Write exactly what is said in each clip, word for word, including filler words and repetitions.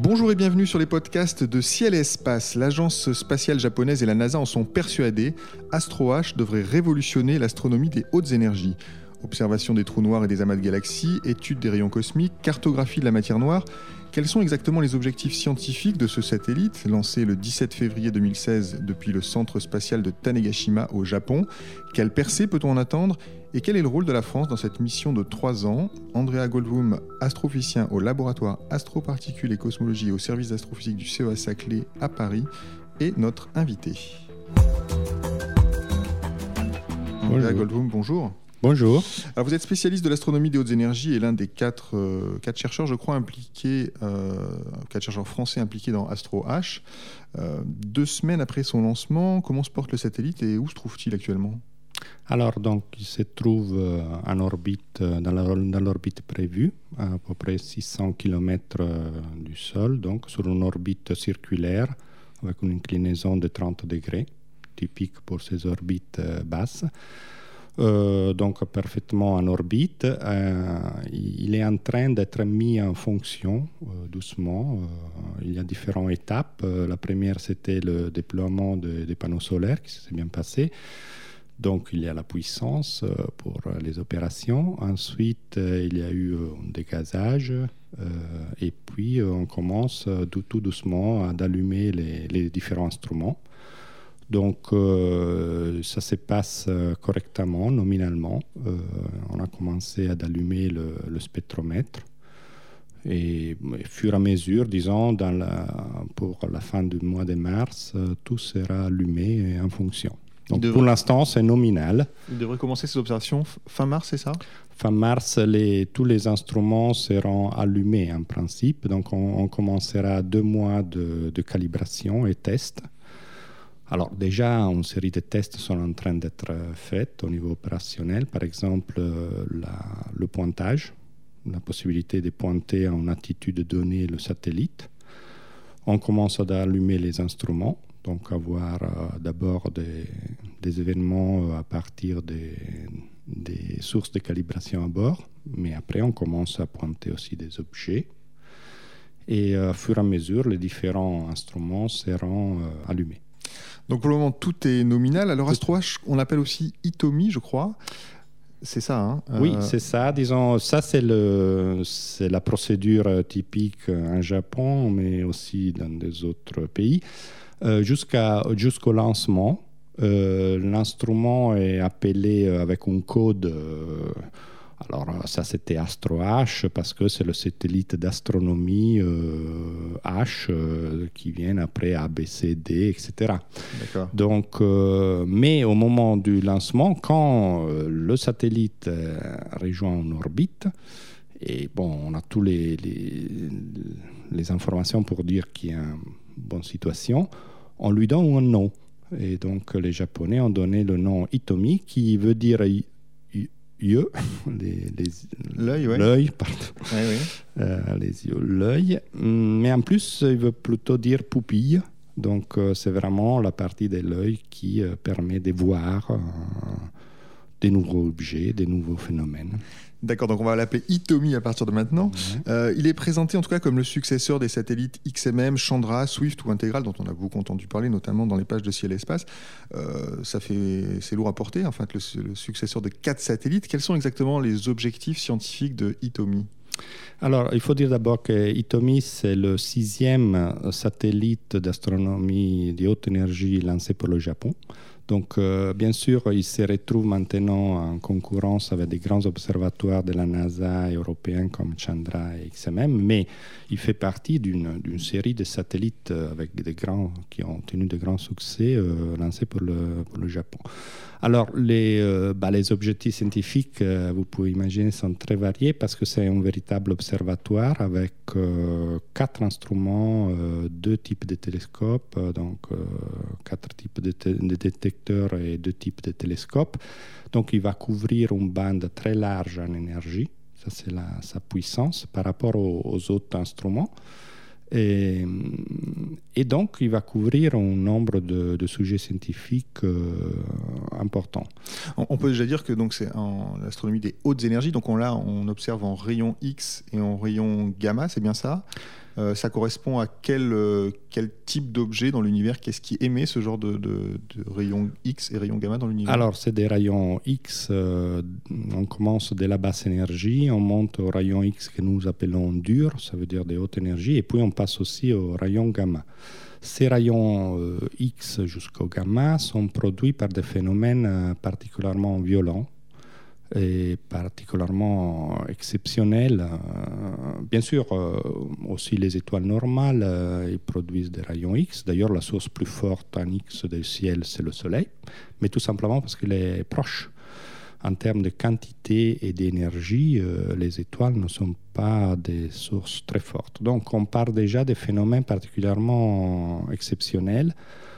Bonjour et bienvenue sur les podcasts de Ciel et Espace. L'agence spatiale japonaise et la NASA en sont persuadées. AstroH devrait révolutionner l'astronomie des hautes énergies. Observation des trous noirs et des amas de galaxies, étude des rayons cosmiques, cartographie de la matière noire. Quels sont exactement les objectifs scientifiques de ce satellite, lancé le dix-sept février deux mille seize depuis le centre spatial de Tanegashima au Japon? Quelle percée peut-on en attendre? Et quel est le rôle de la France dans cette mission de trois ans? Andrea Goldblum, astrophysicien au laboratoire Astroparticules et Cosmologie et au service d'astrophysique du C E A Saclay à Paris, est notre invité. Andrea Goldblum, bonjour. Bonjour. Alors vous êtes spécialiste de l'astronomie des hautes énergies et l'un des quatre, euh, quatre chercheurs, je crois, impliqués, euh, quatre chercheurs français impliqués dans AstroH. Euh, deux semaines après son lancement, comment se porte le satellite et où se trouve-t-il actuellement? Alors, donc, il se trouve euh, en orbite, euh, dans, la, dans l'orbite prévue, à, à peu près six cents kilomètres euh, du sol, donc sur une orbite circulaire avec une inclinaison de trente degrés, typique pour ces orbites euh, basses. Euh, donc parfaitement en orbite. Euh, il est en train d'être mis en fonction euh, doucement. Euh, il y a différentes étapes. Euh, la première, c'était le déploiement de, des panneaux solaires qui s'est bien passé. Donc il y a la puissance euh, pour les opérations. Ensuite, euh, il y a eu euh, un dégazage. Euh, et puis, euh, on commence euh, tout, tout doucement à allumer les, les différents instruments. Donc, euh, ça se passe euh, correctement, nominalement. Euh, on a commencé à allumer le, le spectromètre. Et au fur et à mesure, disons, dans la, pour la fin du mois de mars, euh, tout sera allumé en fonction. Donc, devrait, pour l'instant, c'est nominal. Il devrait commencer ces observations fin mars, c'est ça? Fin mars, les, tous les instruments seront allumés en principe. Donc, on, on commencera deux mois de, de calibration et tests. Alors déjà, une série de tests sont en train d'être faits au niveau opérationnel. Par exemple, la, le pointage, la possibilité de pointer en attitude donnée le satellite. On commence à allumer les instruments, donc avoir euh, d'abord des, des événements à partir des, des sources de calibration à bord, mais après on commence à pointer aussi des objets. Et euh, au fur et à mesure, les différents instruments seront euh, allumés. Donc pour le moment, tout est nominal. Alors AstroH, on l'appelle aussi Hitomi, je crois. C'est ça, hein? euh... Oui, c'est ça. Disons, ça, c'est, le, c'est la procédure typique en Japon, mais aussi dans des autres pays. Euh, jusqu'à, jusqu'au lancement, euh, l'instrument est appelé avec un code... Euh, Alors ça, c'était AstroH parce que c'est le satellite d'astronomie euh, H euh, qui vient après A, B, C, D, et cetera. D'accord. Donc, euh, mais au moment du lancement, quand euh, le satellite euh, rejoint une orbite, et bon, on a toutes les, les, les informations pour dire qu'il y a une bonne situation, on lui donne un nom. Et donc les Japonais ont donné le nom Hitomi qui veut dire... yeux, les, les, l'œil, ouais. l'œil, pardon. Ouais, ouais. Euh, les yeux, l'œil. Mais en plus, il veut plutôt dire pupille. Donc, euh, c'est vraiment la partie de l'œil qui euh, permet de voir euh, des nouveaux objets, des nouveaux phénomènes. D'accord, donc on va l'appeler Hitomi à partir de maintenant. Ouais. Euh, il est présenté en tout cas comme le successeur des satellites X M M, Chandra, Swift ou Integral, dont on a beaucoup entendu parler, notamment dans les pages de Ciel et Espace. Euh, ça fait, c'est lourd à porter, en fait, le, le successeur de quatre satellites. Quels sont exactement les objectifs scientifiques de Hitomi ? Alors, il faut dire d'abord que Hitomi, c'est le sixième satellite d'astronomie de haute énergie lancé pour le Japon. Donc, euh, bien sûr, il se retrouve maintenant en concurrence avec des grands observatoires de la NASA européens comme Chandra et X M M, mais il fait partie d'une, d'une série de satellites avec des grands, qui ont obtenu de grands succès euh, lancés pour le, pour le Japon. Alors, les, euh, bah, les objectifs scientifiques, euh, vous pouvez imaginer, sont très variés parce que c'est un véritable observatoire avec euh, quatre instruments, euh, deux types de télescopes, euh, donc euh, quatre types de, te- de détecteurs et deux types de télescopes. Donc, il va couvrir une bande très large en énergie. Ça, c'est la, sa puissance par rapport aux, aux autres instruments. Et, et donc, il va couvrir un nombre de, de sujets scientifiques euh, importants. On, on peut déjà dire que donc, c'est en l'astronomie des hautes énergies. Donc on, là, on observe en rayon X et en rayon gamma, c'est bien ça ? Euh, ça correspond à quel, euh, quel type d'objet dans l'univers? Qu'est-ce qui émet ce genre de, de, de rayons X et rayons gamma dans l'univers? Alors, c'est des rayons X. Euh, on commence de la basse énergie, on monte aux rayons X que nous appelons durs, ça veut dire des hautes énergies, et puis on passe aussi aux rayons gamma. Ces rayons euh, X jusqu'au gamma sont produits par des phénomènes euh, particulièrement violents et particulièrement exceptionnels. Euh, bien sûr, euh, aussi les étoiles normales, euh, ils produisent des rayons X. D'ailleurs, la source plus forte en X du ciel, c'est le Soleil, mais tout simplement parce qu'il est proche. En termes de quantité et d'énergie, euh, les étoiles ne sont pas des sources très fortes. Donc, on parle déjà de phénomènes particulièrement exceptionnels.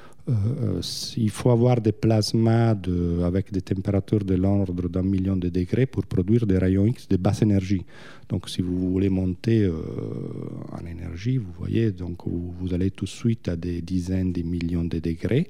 Euh, il faut avoir des plasmas de, avec des températures de l'ordre d'un million de degrés pour produire des rayons X de basse énergie. Donc, si vous voulez monter euh, en énergie, vous voyez, donc vous, vous allez tout de suite à des dizaines de millions de degrés.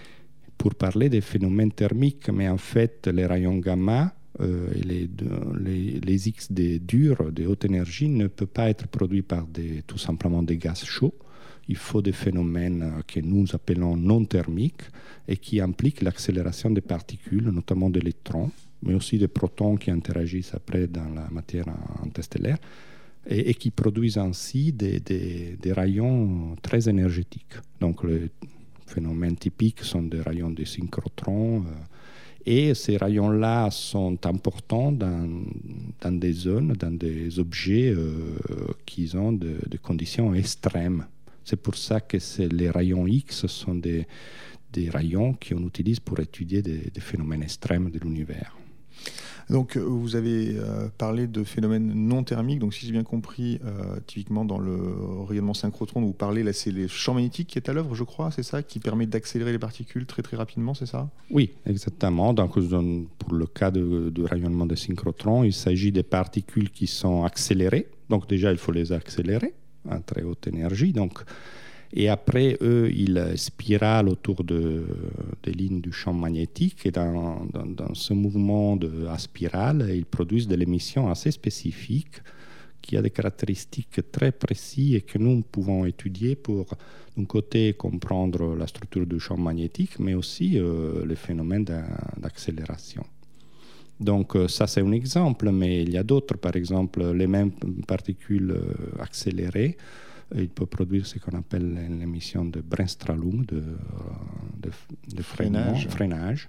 Pour parler des phénomènes thermiques, mais en fait, les rayons gamma euh, et les, les, les X des durs, de haute énergie, ne peuvent pas être produits par des, tout simplement des gaz chauds. Il faut des phénomènes que nous appelons non thermiques et qui impliquent l'accélération des particules, notamment d'électrons, mais aussi des protons qui interagissent après dans la matière interstellaire et, et qui produisent ainsi des, des, des rayons très énergétiques. Donc, les phénomènes typiques sont des rayons de synchrotrons euh, et ces rayons-là sont importants dans, dans des zones, dans des objets euh, qui ont de, de conditions extrêmes. C'est pour ça que les rayons X sont des, des rayons qu'on utilise pour étudier des, des phénomènes extrêmes de l'univers. Donc, vous avez euh, parlé de phénomènes non thermiques. Donc, si j'ai bien compris, euh, typiquement dans le rayonnement synchrotron dont vous parlez, là, c'est les champs magnétiques qui est à l'œuvre, je crois, c'est ça, qui permet d'accélérer les particules très très rapidement, c'est ça? Oui, exactement. Donc, pour le cas de, de rayonnement des synchrotrons, il s'agit des particules qui sont accélérées. Donc, déjà, il faut les accélérer à très haute énergie. Donc, et après, eux, ils spiralent autour de, des lignes du champ magnétique. Et dans, dans, dans ce mouvement de, à spirale, ils produisent de l'émission assez spécifique qui a des caractéristiques très précises et que nous pouvons étudier pour, d'un côté, comprendre la structure du champ magnétique, mais aussi euh, les phénomènes d'accélération. Donc ça, c'est un exemple, mais il y a d'autres. Par exemple, les mêmes particules accélérées, il peut produire ce qu'on appelle l'émission de Bremsstrahlung, de, de, de freinage. freinage.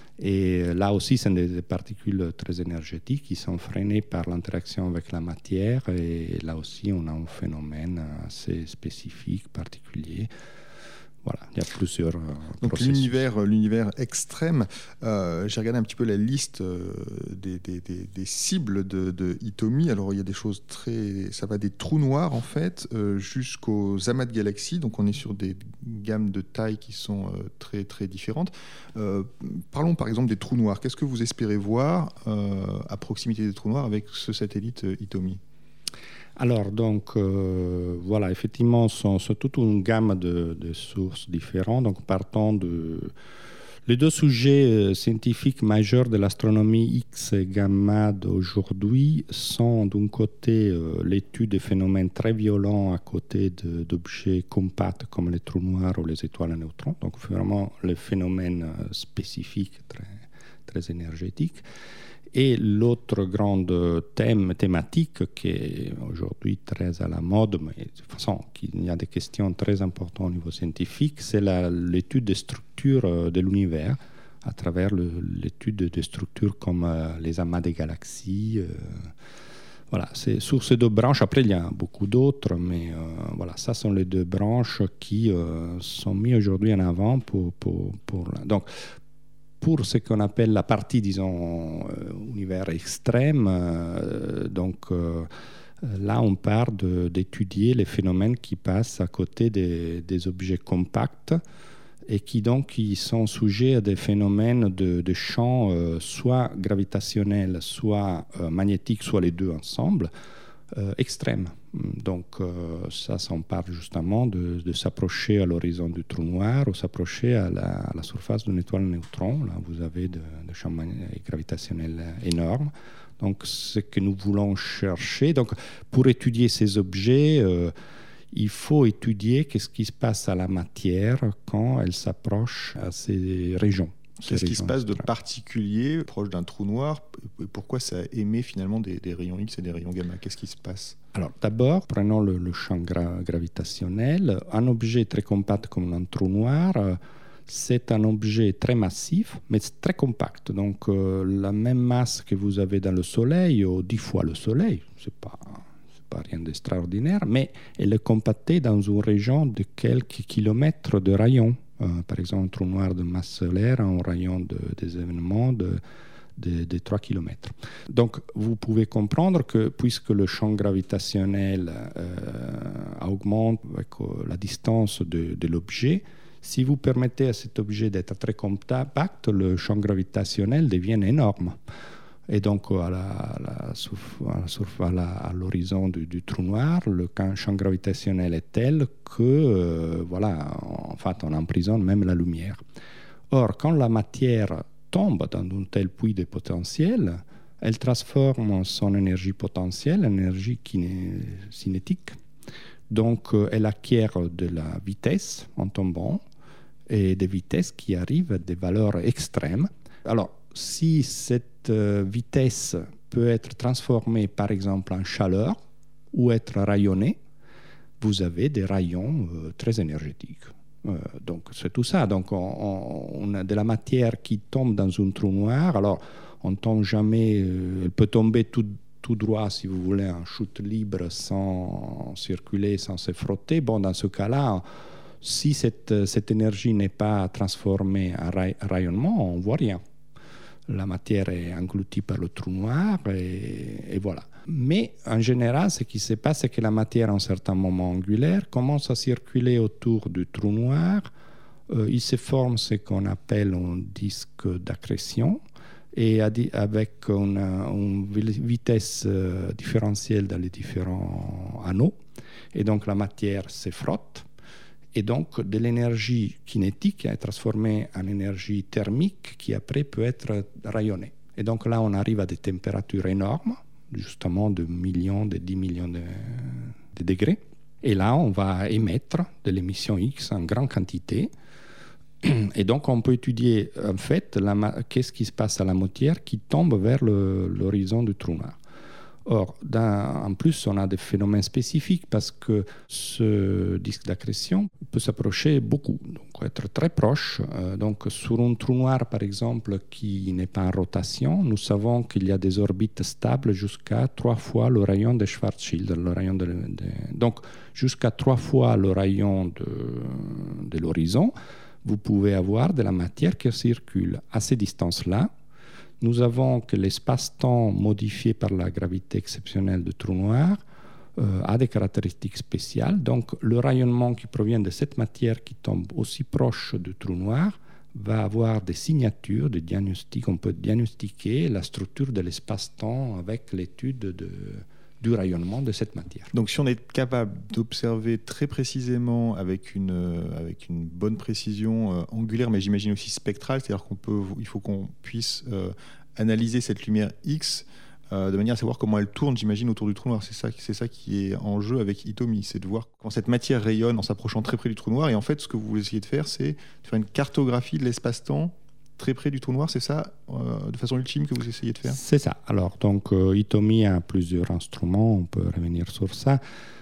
Et là aussi, ce sont des particules très énergétiques qui sont freinées par l'interaction avec la matière. Et là aussi, on a un phénomène assez spécifique, particulier. Voilà, il y a plusieurs euh, Donc l'univers, l'univers extrême, euh, j'ai regardé un petit peu la liste euh, des, des, des, des cibles de, de Hitomi. Alors il y a des choses très... Ça va des trous noirs en fait euh, jusqu'aux amas de galaxies. Donc on est sur des gammes de tailles qui sont euh, très très différentes. Euh, parlons par exemple des trous noirs. Qu'est-ce que vous espérez voir euh, à proximité des trous noirs avec ce satellite euh, Hitomi ? Alors, donc, euh, voilà, effectivement, ce sont, sont toute une gamme de, de sources différentes. Donc, partant de... Les deux sujets euh, scientifiques majeurs de l'astronomie X et gamma d'aujourd'hui sont, d'un côté, euh, l'étude des phénomènes très violents à côté de, d'objets compacts comme les trous noirs ou les étoiles à neutrons. Donc, vraiment, les phénomènes euh, spécifiques très, très énergétiques. Et l'autre grand thème thématique qui est aujourd'hui très à la mode, mais de toute façon, il y a des questions très importantes au niveau scientifique, c'est la, l'étude des structures de l'univers à travers le, l'étude des structures comme euh, les amas des galaxies. Euh, voilà, c'est sur ces deux branches. Après, il y a beaucoup d'autres, mais euh, voilà, ça sont les deux branches qui euh, sont mises aujourd'hui en avant pour, pour, pour donc, pour ce qu'on appelle la partie, disons, euh, univers extrême, euh, donc euh, là on parle de, d'étudier les phénomènes qui passent à côté des, des objets compacts et qui donc qui sont sujets à des phénomènes de, de champs euh, soit gravitationnels, soit euh, magnétiques, soit les deux ensemble, euh, extrêmes. Donc euh, ça, ça, on parle justement de, de s'approcher à l'horizon du trou noir ou s'approcher à la, à la surface d'une étoile neutron. Là, vous avez de, de champs gravitationnels énormes. Donc, ce que nous voulons chercher, donc, pour étudier ces objets, euh, il faut étudier qu'est-ce qui se passe à la matière quand elle s'approche à ces régions. Qu'est-ce qui se passe de particulier proche d'un trou noir et pourquoi ça émet finalement des, des rayons X et des rayons gamma? Qu'est-ce qui se passe? Alors d'abord, prenons le, le champ gra- gravitationnel. Un objet très compact comme un trou noir, euh, c'est un objet très massif, mais très compact. Donc euh, la même masse que vous avez dans le Soleil, ou dix fois le Soleil, c'est pas, c'est pas rien d'extraordinaire, mais elle est compactée dans une région de quelques kilomètres de rayon. Euh, par exemple, un trou noir de masse solaire a un rayon de, des événements de, de, de trois kilomètres. Donc, vous pouvez comprendre que puisque le champ gravitationnel euh, augmente avec euh, la distance de, de l'objet, si vous permettez à cet objet d'être très compact, le champ gravitationnel devient énorme. Et donc, à, la, à, la, à, la, à l'horizon du, du trou noir, le champ gravitationnel est tel que, euh, voilà, en fait, on emprisonne même la lumière. Or, quand la matière tombe dans un tel puits de potentiel, elle transforme son énergie potentielle en énergie kiné- cinétique. Donc, euh, elle acquiert de la vitesse en tombant, et des vitesses qui arrivent à des valeurs extrêmes. Alors, si cette euh, vitesse peut être transformée par exemple en chaleur ou être rayonnée, vous avez des rayons euh, très énergétiques. Euh, donc c'est tout ça. Donc on, on a de la matière qui tombe dans un trou noir. Alors on ne tombe jamais, euh, elle peut tomber tout, tout droit si vous voulez en chute libre sans circuler, sans se frotter. Bon, dans ce cas-là, si cette, cette énergie n'est pas transformée en ray- rayonnement, on ne voit rien. La matière est engloutie par le trou noir et, et voilà. Mais en général, ce qui se passe, c'est que la matière, à un certain moment angulaire, commence à circuler autour du trou noir. Euh, il se forme ce qu'on appelle un disque d'accrétion et avec une, une vitesse différentielle dans les différents anneaux. Et donc la matière se frotte. Et donc, de l'énergie kinétique est transformée en énergie thermique qui après peut être rayonnée. Et donc là, on arrive à des températures énormes, justement de millions, de dix millions de, de degrés. Et là, on va émettre de l'émission X en grande quantité. Et donc, on peut étudier en fait la, qu'est-ce qui se passe à la matière qui tombe vers le, l'horizon du trou noir. Or, dans, en plus, on a des phénomènes spécifiques parce que ce disque d'accrétion peut s'approcher beaucoup, donc être très proche. Euh, donc, sur un trou noir, par exemple, qui n'est pas en rotation, nous savons qu'il y a des orbites stables jusqu'à trois fois le rayon de Schwarzschild. Le rayon de, de, donc, jusqu'à trois fois le rayon de, de l'horizon, vous pouvez avoir de la matière qui circule à ces distances-là. Nous avons que l'espace-temps modifié par la gravité exceptionnelle du trou noir euh, a des caractéristiques spéciales. Donc, le rayonnement qui provient de cette matière qui tombe aussi proche du trou noir va avoir des signatures de diagnostic. On peut diagnostiquer la structure de l'espace-temps avec l'étude de, du rayonnement de cette matière. Donc, si on est capable d'observer très précisément avec une, euh, avec une bonne précision euh, angulaire, mais j'imagine aussi spectrale, c'est-à-dire qu'on peut, il faut qu'on puisse euh, analyser cette lumière X euh, de manière à savoir comment elle tourne, j'imagine, autour du trou noir. C'est ça, c'est ça qui est en jeu avec Hitomi, c'est de voir comment cette matière rayonne en s'approchant très près du trou noir. Et en fait, ce que vous essayez de faire, c'est de faire une cartographie de l'espace-temps très près du trou noir, c'est ça, euh, de façon ultime, que vous essayez de faire? C'est ça. Alors, donc, euh, Hitomi a plusieurs instruments, on peut revenir sur ça.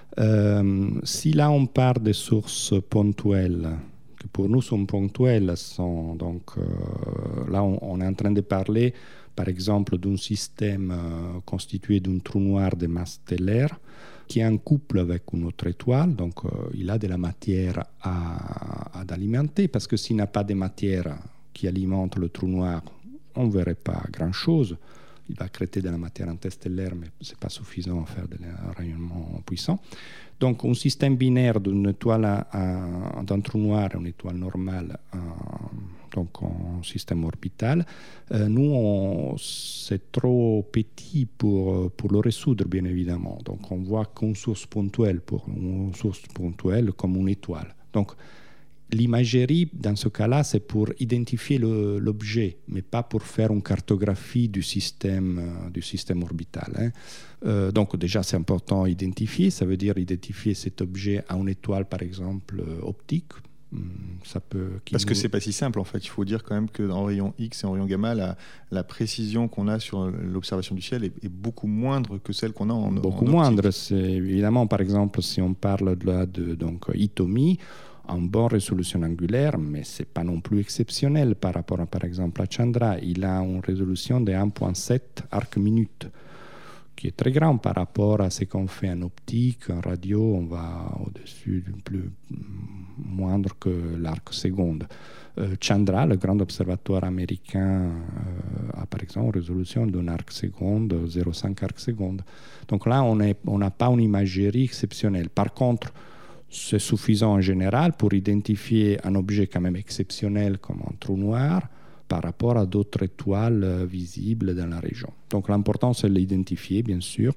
Euh, si là, on part des sources ponctuelles, qui pour nous sont ponctuelles, sont, donc, euh, là, on, on est en train de parler, par exemple, d'un système euh, constitué d'un trou noir de masse stellaire, qui est en couple avec une autre étoile, donc euh, il a de la matière à, à alimenter, parce que s'il n'a pas de matière qui alimente le trou noir, on ne verrait pas grand-chose. Il va créer de la matière interstellaire, mais ce n'est pas suffisant à faire un rayonnement puissant. Donc, un système binaire d'une étoile à, à, d'un trou noir et une étoile normale, à, donc un système orbital, euh, nous, on, c'est trop petit pour, pour le résoudre, bien évidemment. Donc, on voit qu'une source ponctuelle pour une source ponctuelle comme une étoile. Donc, l'imagerie, dans ce cas-là, c'est pour identifier le, l'objet, mais pas pour faire une cartographie du système, euh, du système orbital. Hein. Euh, donc déjà, c'est important d'identifier. Ça veut dire identifier cet objet à une étoile, par exemple, euh, optique. Ça peut, Parce que c'est pas si simple en fait, il faut dire quand même qu'en rayon X et en rayon gamma, la, la précision qu'on a sur l'observation du ciel est, est beaucoup moindre que celle qu'on a en optique. Beaucoup moindre, c'est évidemment par exemple si on parle de, la, de donc, Hitomi, en bonne résolution angulaire, mais c'est pas non plus exceptionnel par rapport à, par exemple à Chandra, il a une résolution de un virgule sept arc minute, qui est très grand par rapport à ce qu'on fait en optique, en radio, on va au-dessus du plus moindre que l'arc seconde. Euh, Chandra, le grand observatoire américain, euh, a par exemple une résolution d'un arc seconde, zéro virgule cinq arc seconde. Donc là, on n'a on pas une imagerie exceptionnelle. Par contre, c'est suffisant en général pour identifier un objet quand même exceptionnel comme un trou noir, par rapport à d'autres étoiles visibles dans la région. Donc l'important, c'est de l'identifier, bien sûr.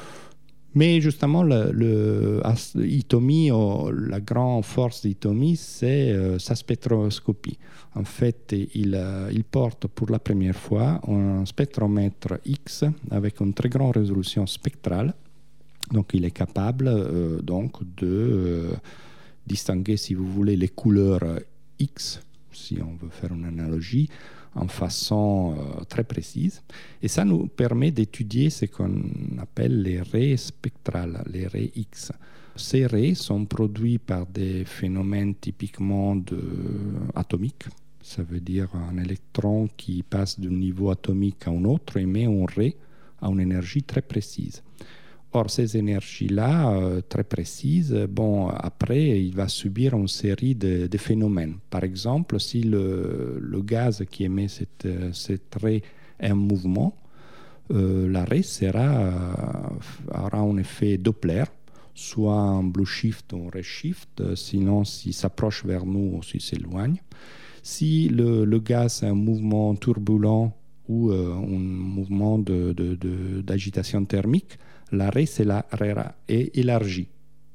Mais justement, le, le Hitomi, la grande force d'Hitomi, c'est euh, sa spectroscopie. En fait, il, euh, il porte pour la première fois un spectromètre X avec une très grande résolution spectrale. Donc il est capable euh, donc, de euh, distinguer, si vous voulez, les couleurs X, si on veut faire une analogie, en façon euh, très précise. Et ça nous permet d'étudier ce qu'on appelle les raies spectrales, les raies X. Ces raies sont produites par des phénomènes typiquement de, atomiques. Ça veut dire un électron qui passe d'un niveau atomique à un autre et émet une raie à une énergie très précise. Or, ces énergies-là, euh, très précises, bon, après, il va subir une série de, de phénomènes. Par exemple, si le, le gaz qui émet cette, cette raie est en mouvement, euh, la raie sera, euh, aura un effet Doppler, soit un blue shift ou un redshift, sinon s'il s'approche vers nous ou s'il s'éloigne. Si le, le gaz est un mouvement turbulent ou euh, un mouvement de, de, de, d'agitation thermique, la raie sera élargie.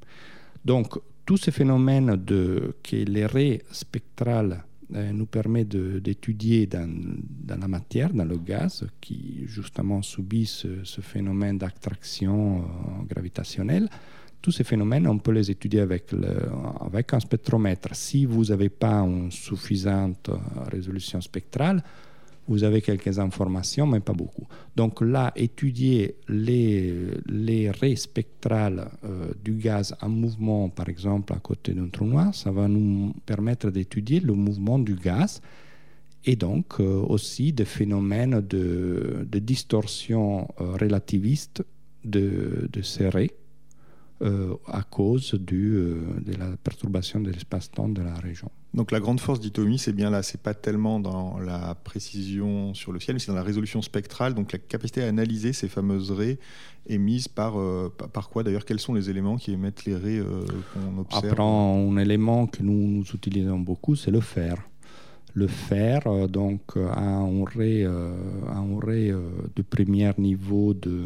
Donc, tous ces phénomènes de, que les raies spectrales euh, nous permettent de, d'étudier dans, dans la matière, dans le gaz, qui justement subit ce, ce phénomène d'attraction euh, gravitationnelle, tous ces phénomènes, on peut les étudier avec, le, avec un spectromètre. Si vous n'avez pas une suffisante résolution spectrale, vous avez quelques informations, mais pas beaucoup. Donc là, étudier les, les raies spectrales euh, du gaz en mouvement, par exemple, à côté d'un trou noir, ça va nous permettre d'étudier le mouvement du gaz et donc euh, aussi des phénomènes de, de distorsion euh, relativiste de, de ces raies euh, à cause du, euh, de la perturbation de l'espace-temps de la région. Donc la grande force d'Hitomi, c'est bien là, c'est pas tellement dans la précision sur le ciel, mais c'est dans la résolution spectrale, donc la capacité à analyser ces fameuses raies émises par, euh, par quoi d'ailleurs? Quels sont les éléments qui émettent les raies euh, qu'on observe? Après, un élément que nous, nous utilisons beaucoup, c'est le fer. Le fer euh, donc, a un ray, euh, un ray euh, de premier niveau de...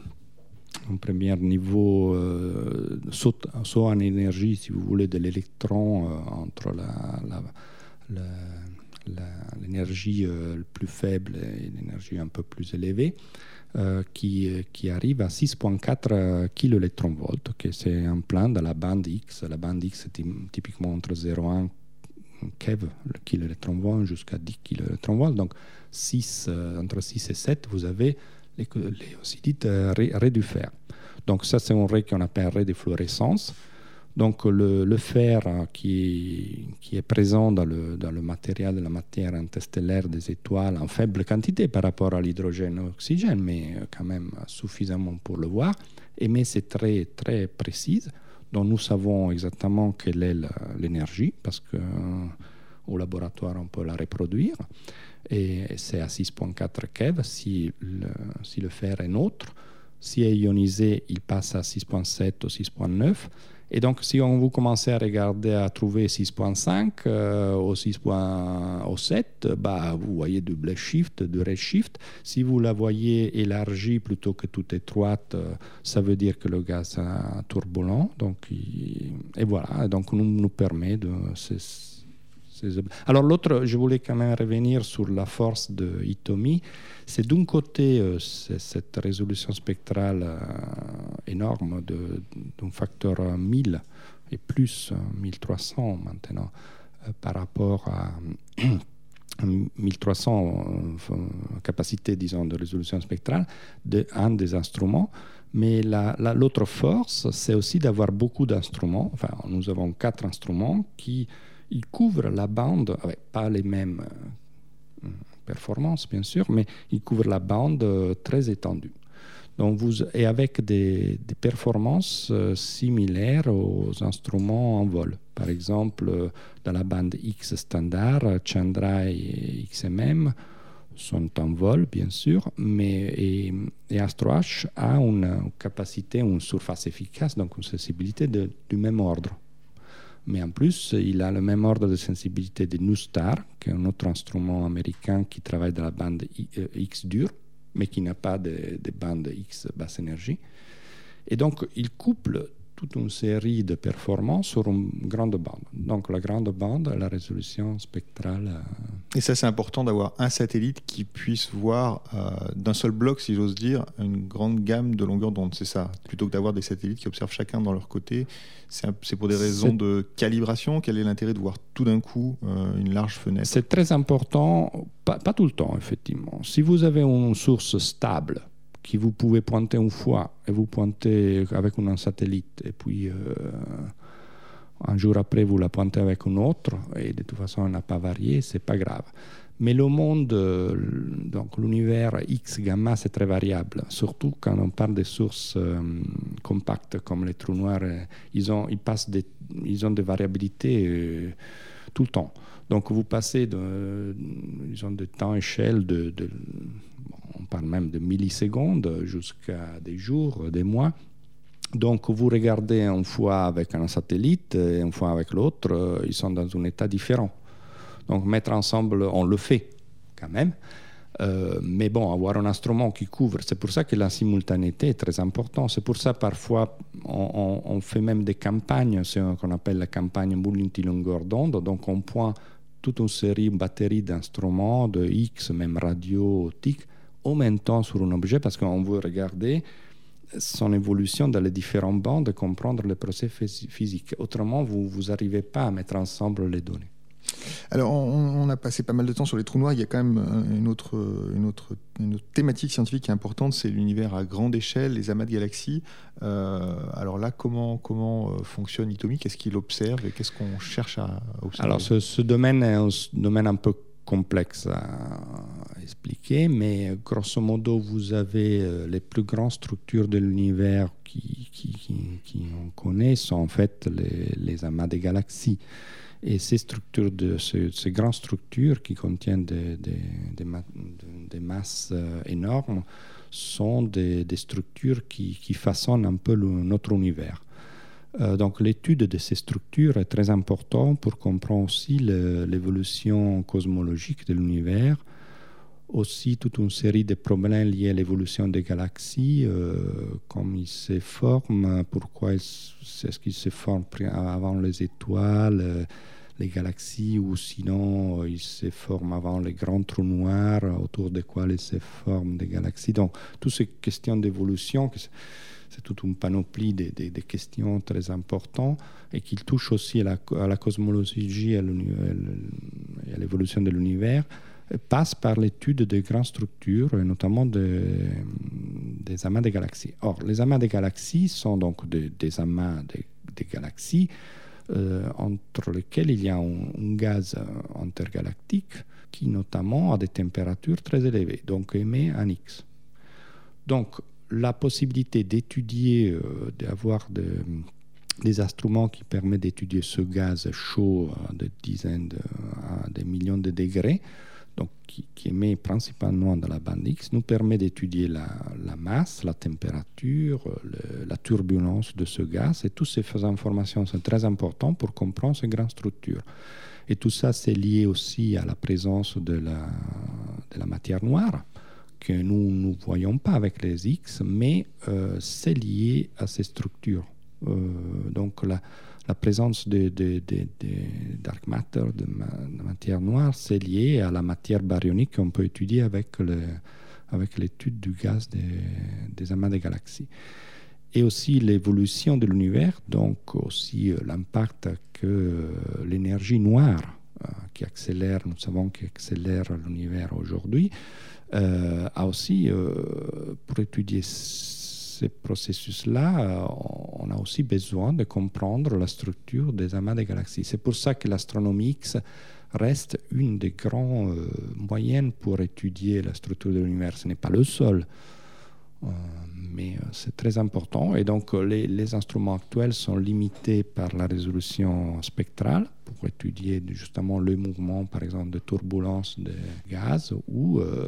un premier niveau euh, saut, saut en énergie, si vous voulez, de l'électron euh, entre la, la, la, la, l'énergie euh, plus faible et l'énergie un peu plus élevée, euh, qui, qui arrive à six virgule quatre kiloélectronvolts, que c'est un plan de la bande X. La bande X est typiquement entre zéro virgule un keV, le kiloélectronvolt, jusqu'à dix kiloélectronvolts. Donc six, euh, entre six et sept, vous avez les, les aussi dites euh, raies du fer. Donc ça, c'est un ray qu'on appelle ray de fluorescence. Donc le, le fer euh, qui, qui est présent dans le, dans le matériel de la matière interstellaire des étoiles en faible quantité par rapport à l'hydrogène et l'oxygène, mais quand même suffisamment pour le voir, émet ces traits très précises dont nous savons exactement quelle est la, l'énergie, parce qu'au euh, laboratoire, on peut la reproduire. Et c'est à six virgule quatre keV si le, si le fer est neutre. Si est ionisé, il passe à six virgule sept ou six virgule neuf. Et donc, si on vous commencez à regarder, à trouver six virgule cinq euh, ou six virgule sept, bah, vous voyez du blue shift, du red shift. Si vous la voyez élargie plutôt que toute étroite, euh, ça veut dire que le gaz est turbulent. Donc, il, et voilà, donc nous, nous permet de... C'est, ces... Alors l'autre, je voulais quand même revenir sur la force de Hitomi. C'est d'un côté euh, c'est cette résolution spectrale euh, énorme de, d'un facteur mille et plus, mille trois cents maintenant, euh, par rapport à mille trois cents euh, capacités, disons, de résolution spectrale d'un de, des instruments. Mais la, la, l'autre force, c'est aussi d'avoir beaucoup d'instruments. Enfin, nous avons quatre instruments qui ils couvrent la bande, avec pas les mêmes euh, performances, bien sûr, mais ils couvrent la bande euh, très étendue. Donc vous, et avec des, des performances euh, similaires aux instruments en vol. Par exemple, euh, dans la bande X standard, Chandra et X M M sont en vol, bien sûr, mais et, et AstroH a une capacité, une surface efficace, donc une sensibilité de, du même ordre. Mais en plus, il a le même ordre de sensibilité de NuStar, qui est un autre instrument américain qui travaille dans la bande X dure, mais qui n'a pas de, de bande X basse énergie. Et donc, il couple toute une série de performances sur une grande bande. Donc, la grande bande, la résolution spectrale. Euh... Et ça, c'est important d'avoir un satellite qui puisse voir euh, d'un seul bloc, si j'ose dire, une grande gamme de longueurs d'onde. C'est ça, plutôt que d'avoir des satellites qui observent chacun dans leur côté. C'est, un, c'est pour des raisons c'est... de calibration. Quel est l'intérêt de voir tout d'un coup euh, une large fenêtre? C'est très important, pas, pas tout le temps, effectivement. Si vous avez une source stable, qui vous pouvez pointer une fois et vous pointez avec un satellite et puis euh, un jour après vous la pointez avec un autre et de toute façon elle n'a pas varié, c'est pas grave. Mais le monde, donc l'univers X gamma, c'est très variable, surtout quand on parle des sources euh, compactes comme les trous noirs. Ils ont, ils passent des, ils ont des variabilités euh, tout le temps. Donc vous passez de, ils ont de temps échelle de, de on parle même de millisecondes jusqu'à des jours, des mois. Donc, vous regardez une fois avec un satellite et une fois avec l'autre, ils sont dans un état différent. Donc, mettre ensemble, on le fait quand même. Euh, mais bon, avoir un instrument qui couvre, c'est pour ça que la simultanéité est très importante. C'est pour ça, parfois, on, on, on fait même des campagnes, ce qu'on appelle la campagne multilongueur d'onde. Donc, on pointe toute une série, une batterie d'instruments, de X, même radio, optique, en même temps sur un objet parce qu'on veut regarder son évolution dans les différentes bandes et comprendre les procès physiques. Autrement, vous n'arrivez pas à mettre ensemble les données. Alors, on, on a passé pas mal de temps sur les trous noirs. Il y a quand même une autre, une autre, une autre thématique scientifique qui est importante, c'est l'univers à grande échelle, les amas de galaxies. Euh, alors là, comment, comment fonctionne Hitomi? Qu'est-ce qu'il observe et qu'est-ce qu'on cherche à observer? Alors, ce, ce domaine est un domaine un peu complexe à expliquer, mais grosso modo, vous avez les plus grandes structures de l'univers qui, qui, qui, qui on connaît sont en fait les, les amas des galaxies. Et ces structures, de, ces, ces grandes structures qui contiennent des, des, des, ma, des masses énormes sont des, des structures qui, qui façonnent un peu le, notre univers. Euh, donc l'étude de ces structures est très importante pour comprendre aussi le, l'évolution cosmologique de l'univers, aussi toute une série de problèmes liés à l'évolution des galaxies, euh, comme ils se forment, pourquoi est-ce qu'ils se forment avant les étoiles, euh, les galaxies, ou sinon euh, ils se forment avant les grands trous noirs autour desquels ils se forment des galaxies. Donc toutes ces questions d'évolution, c'est toute une panoplie de, de, de questions très importantes et qui touchent aussi à la, à la cosmologie et à l'évolution de l'univers, passe par l'étude des grandes structures, et notamment de, des amas de galaxies. Or, les amas de galaxies sont donc des, des amas de, de galaxies euh, entre lesquels il y a un, un gaz intergalactique qui notamment a des températures très élevées, donc émet un X. Donc, la possibilité d'étudier, euh, d'avoir de, des instruments qui permettent d'étudier ce gaz chaud à des dizaines de, à des millions de degrés, donc qui, qui émet principalement dans la bande X, nous permet d'étudier la, la masse, la température, le, la turbulence de ce gaz. Et toutes ces informations sont très importantes pour comprendre ces grandes structures. Et tout ça, c'est lié aussi à la présence de la, de la matière noire, que nous ne voyons pas avec les X, mais euh, c'est lié à ces structures. Euh, donc la, la présence de, de, de, de dark matter, de, ma, de matière noire, c'est lié à la matière baryonique qu'on peut étudier avec, le, avec l'étude du gaz des, des amas des galaxies. Et aussi l'évolution de l'univers, donc aussi euh, l'impact que euh, l'énergie noire euh, qui accélère, nous savons qui accélère l'univers aujourd'hui, euh, a aussi, euh, pour étudier ces processus-là, euh, on a aussi besoin de comprendre la structure des amas des galaxies. C'est pour ça que l'astronomie X reste une des grandes euh, moyennes pour étudier la structure de l'univers. Ce n'est pas le seul. Euh, mais euh, c'est très important. Et donc, euh, les, les instruments actuels sont limités par la résolution spectrale pour étudier justement le mouvement, par exemple, de turbulence des gaz ou, euh,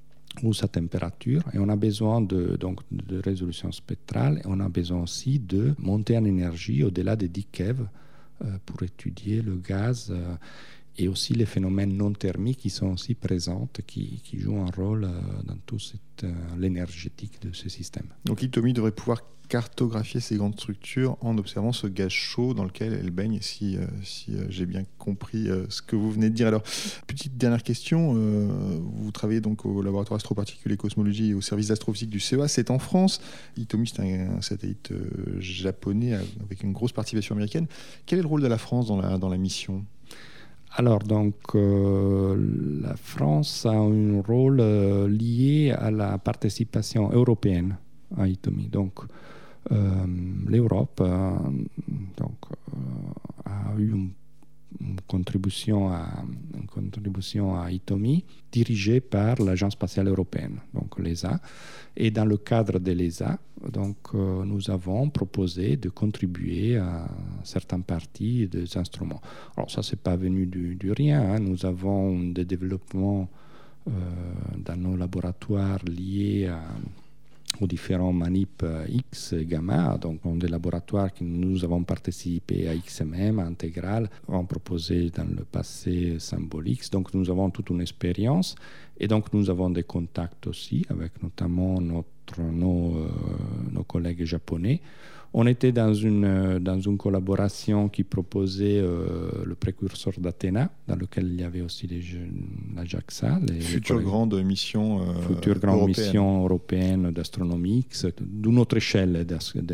ou sa température. Et on a besoin de, donc, de résolution spectrale. Et on a besoin aussi de monter en énergie au-delà des dix keV euh, pour étudier le gaz. Euh, et aussi les phénomènes non thermiques qui sont aussi présents, qui, qui jouent un rôle euh, dans tout cette, euh, l'énergétique de ce système. Donc Hitomi devrait pouvoir cartographier ces grandes structures en observant ce gaz chaud dans lequel elles baignent, si, euh, si euh, j'ai bien compris euh, ce que vous venez de dire. Alors, petite dernière question, euh, vous travaillez donc au laboratoire astroparticules et cosmologie et au service d'astrophysique du C E A, c'est en France. Hitomi, c'est un, un satellite euh, japonais avec une grosse participation américaine. Quel est le rôle de la France dans la, dans la mission ? Alors, donc, euh, la France a un rôle euh, lié à la participation européenne à Hitomi. Donc, euh, l'Europe euh, donc, euh, a eu une, une, contribution à, une contribution à Hitomi dirigée par l'Agence spatiale européenne, donc l'E S A. Et dans le cadre de l'E S A, donc, euh, nous avons proposé de contribuer à certaines parties des instruments. Alors ça, ce n'est pas venu du, du rien. Hein. Nous avons des développements euh, dans nos laboratoires liés à, aux différents manip X et gamma. Donc, on a des laboratoires que nous avons participé à X M M, Intégral, on proposé dans le passé Symbol X. Donc, nous avons toute une expérience. Et donc, nous avons des contacts aussi avec notamment notre, nos, euh, nos collègues japonais. On était dans une, dans une collaboration qui proposait euh, le précurseur d'Athéna, dans lequel il y avait aussi les jeunes, la JAXA. Les, future les grande mission euh, future grande européenne. mission européenne d'astronomie X, d'une autre échelle,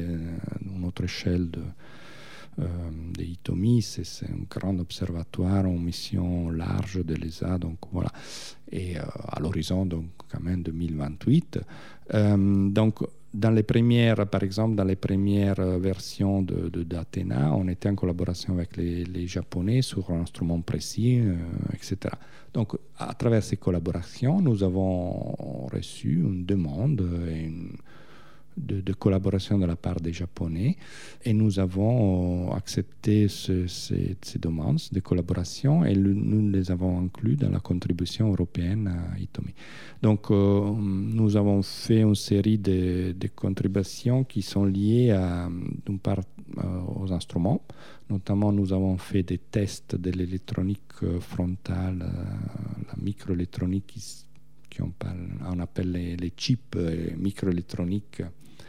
d'une autre échelle de, euh, de Hitomi. C'est, c'est un grand observatoire en mission large de l'E S A, donc voilà. Et euh, à l'horizon, donc quand même deux mille vingt-huit. Euh, donc, dans les premières, par exemple, dans les premières versions de, de, d'Athéna, on était en collaboration avec les, les Japonais sur un instrument précis, euh, et cetera. Donc, à travers ces collaborations, nous avons reçu une demande et une, de, de collaboration de la part des Japonais et nous avons accepté ce, ces, ces demandes de collaboration et le, nous les avons inclus dans la contribution européenne à Hitomi. Donc, euh, nous avons fait une série de, de contributions qui sont liées à, d'une part euh, aux instruments. Notamment, nous avons fait des tests de l'électronique frontale, euh, la microélectronique qui, qui on, parle, on appelle les, les chips microélectroniques.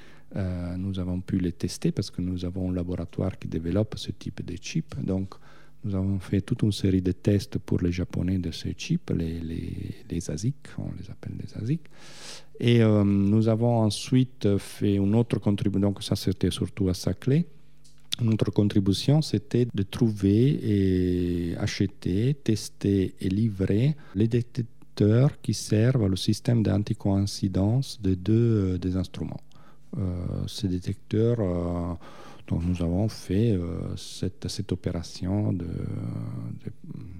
Euh, nous avons pu les tester parce que nous avons un laboratoire qui développe ce type de chips. Donc, nous avons fait toute une série de tests pour les Japonais de ces chips, les, les, les A S I C, on les appelle les A S I C. Et euh, nous avons ensuite fait une autre contribution, donc ça c'était surtout à Saclay. Une autre contribution, c'était de trouver et acheter, tester et livrer les détecteurs qui servent au système d'anticoïncidence des deux euh, des instruments. Euh, ces détecteurs, euh, donc nous avons fait euh, cette, cette opération de, de,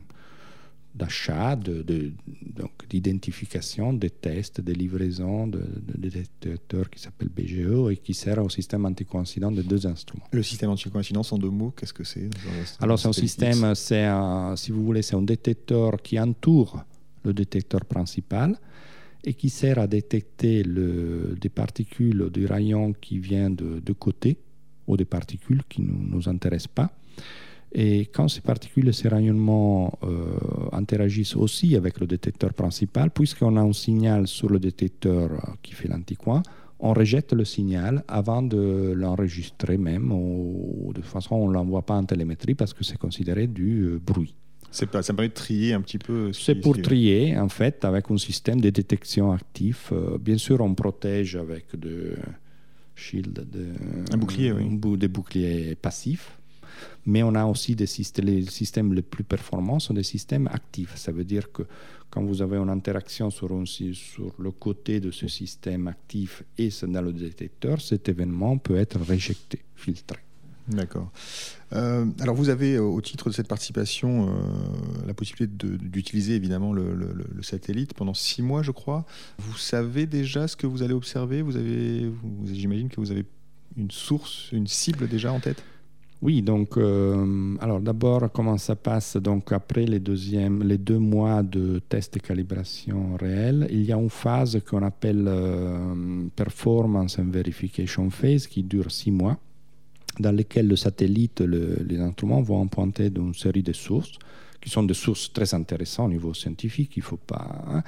d'achat, de, de, donc d'identification, de tests, de livraison de, de, de détecteurs qui s'appelle B G E et qui sert au système anticoïncident des deux instruments. Le système anticoïncidence, en deux mots, qu'est-ce que c'est? Alors c'est un système, c'est un, si vous voulez, c'est un détecteur qui entoure le détecteur principal et qui sert à détecter le, des particules du rayon qui vient de, de côté ou des particules qui ne nous, nous intéressent pas. Et quand ces particules et ces rayonnements euh, interagissent aussi avec le détecteur principal, puisqu'on a un signal sur le détecteur qui fait l'anticoin, on rejette le signal avant de l'enregistrer même, ou de toute façon on ne l'envoie pas en télémétrie parce que c'est considéré du euh, bruit. C'est pas, ça permet de trier un petit peu. C'est qui, pour qui... trier, en fait, avec un système de détection actif. Euh, bien sûr, on protège avec de shield, de, un bouclier, oui. des boucliers passifs. Mais on a aussi des systèmes, les systèmes les plus performants sont des systèmes actifs. Ça veut dire que quand vous avez une interaction sur, un, sur le côté de ce système actif et dans le détecteur, cet événement peut être rejeté, filtré. D'accord. Euh, alors vous avez, au titre de cette participation, euh, la possibilité de, d'utiliser évidemment le, le, le satellite pendant six mois, je crois. Vous savez déjà ce que vous allez observer. Vous avez, vous, j'imagine que vous avez une source, une cible déjà en tête. Oui, donc, euh, alors d'abord, comment ça passe? Donc, après les, deuxièmes, les deux mois de test et calibration réel, il y a une phase qu'on appelle euh, Performance and Verification Phase qui dure six mois, dans laquelle le satellite, le, les instruments vont pointer d'une série de sources, qui sont des sources très intéressantes au niveau scientifique, il ne faut pas... Hein.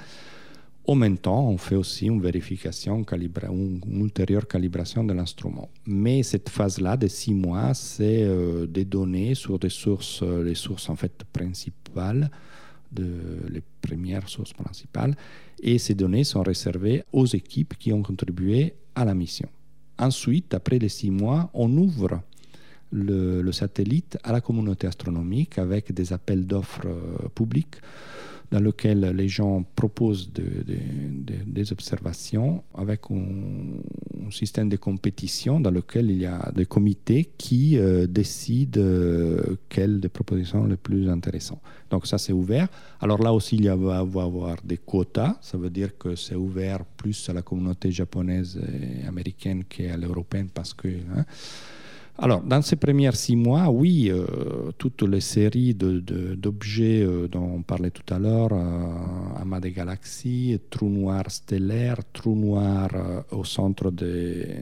En même temps, on fait aussi une vérification, calibra, une, une ultérieure calibration de l'instrument. Mais cette phase-là de six mois, c'est euh, des données sur des sources, euh, les sources en fait principales, de, les premières sources principales, et ces données sont réservées aux équipes qui ont contribué à la mission. Ensuite, après les six mois, on ouvre le, le satellite à la communauté astronomique avec des appels d'offres euh, publics dans lequel les gens proposent de, de, de, des observations avec un, un système de compétition dans lequel il y a des comités qui euh, décident euh, quelles des propositions les plus intéressantes. Donc ça, c'est ouvert. Alors là aussi, il y a, va, va avoir des quotas. Ça veut dire que c'est ouvert plus à la communauté japonaise et américaine qu'à l'européenne parce que... Hein, alors, dans ces premiers six mois, oui, euh, toutes les séries de, de, d'objets euh, dont on parlait tout à l'heure, euh, amas de galaxies, trous noirs stellaires, trous noirs euh, au centre des,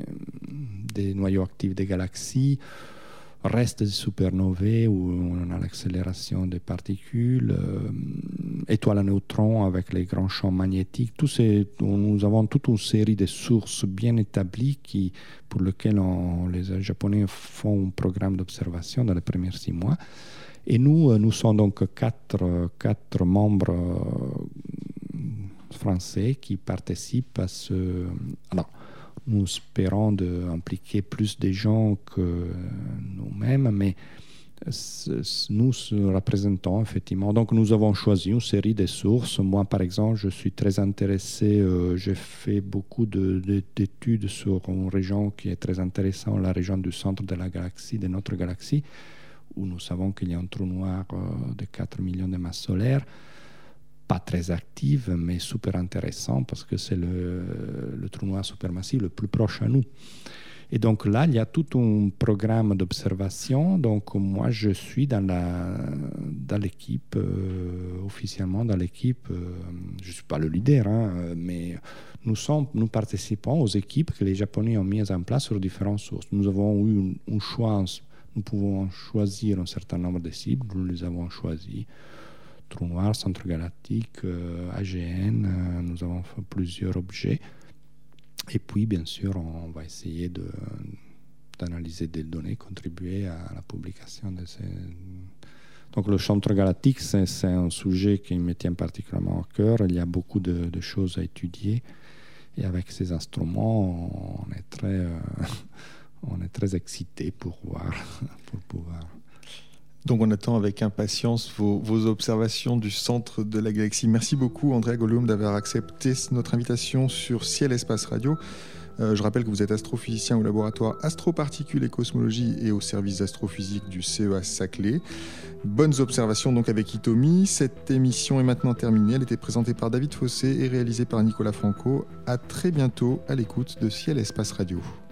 des noyaux actifs des galaxies, restes de supernovae où on a l'accélération des particules, euh, étoiles à neutrons avec les grands champs magnétiques. Tous ces, nous avons toute une série de sources bien établies qui, pour lesquelles on, les Japonais font un programme d'observation dans les premiers six mois. Et nous, nous sommes donc quatre, quatre membres français qui participent à ce... Alors, nous espérons d'impliquer plus de gens que nous-mêmes, mais nous représentons effectivement. Donc nous avons choisi une série de sources. Moi, par exemple, je suis très intéressé, euh, j'ai fait beaucoup de, de, d'études sur une région qui est très intéressante, la région du centre de la galaxie, de notre galaxie, où nous savons qu'il y a un trou noir euh, de quatre millions de masses solaires. Pas très active, mais super intéressant parce que c'est le, le trou noir supermassif le plus proche à nous. Et donc là, il y a tout un programme d'observation. Donc moi, je suis dans, la, dans l'équipe, euh, officiellement dans l'équipe. Euh, je ne suis pas le leader, hein, mais nous, sommes, nous participons aux équipes que les Japonais ont mises en place sur différentes sources. Nous avons eu un, un choix, nous pouvons choisir un certain nombre de cibles, nous les avons choisis. Trou noir, centre galactique, euh, A G N, euh, nous avons fait plusieurs objets. Et puis, bien sûr, on va essayer de, d'analyser des données, contribuer à la publication de ces... Donc, le centre galactique, c'est, c'est un sujet qui me tient particulièrement à cœur. Il y a beaucoup de, de choses à étudier. Et avec ces instruments, on est très, euh, on est très excités pour voir, pour pouvoir... Donc on attend avec impatience vos, vos observations du centre de la galaxie. Merci beaucoup Andrea Gollum d'avoir accepté notre invitation sur Ciel Espace Radio. Euh, je rappelle que vous êtes astrophysicien au laboratoire Astroparticules et Cosmologie et au service d'astrophysique du C E A Saclay. Bonnes observations donc avec Hitomi. Cette émission est maintenant terminée. Elle était présentée par David Fossé et réalisée par Nicolas Franco. À très bientôt à l'écoute de Ciel Espace Radio.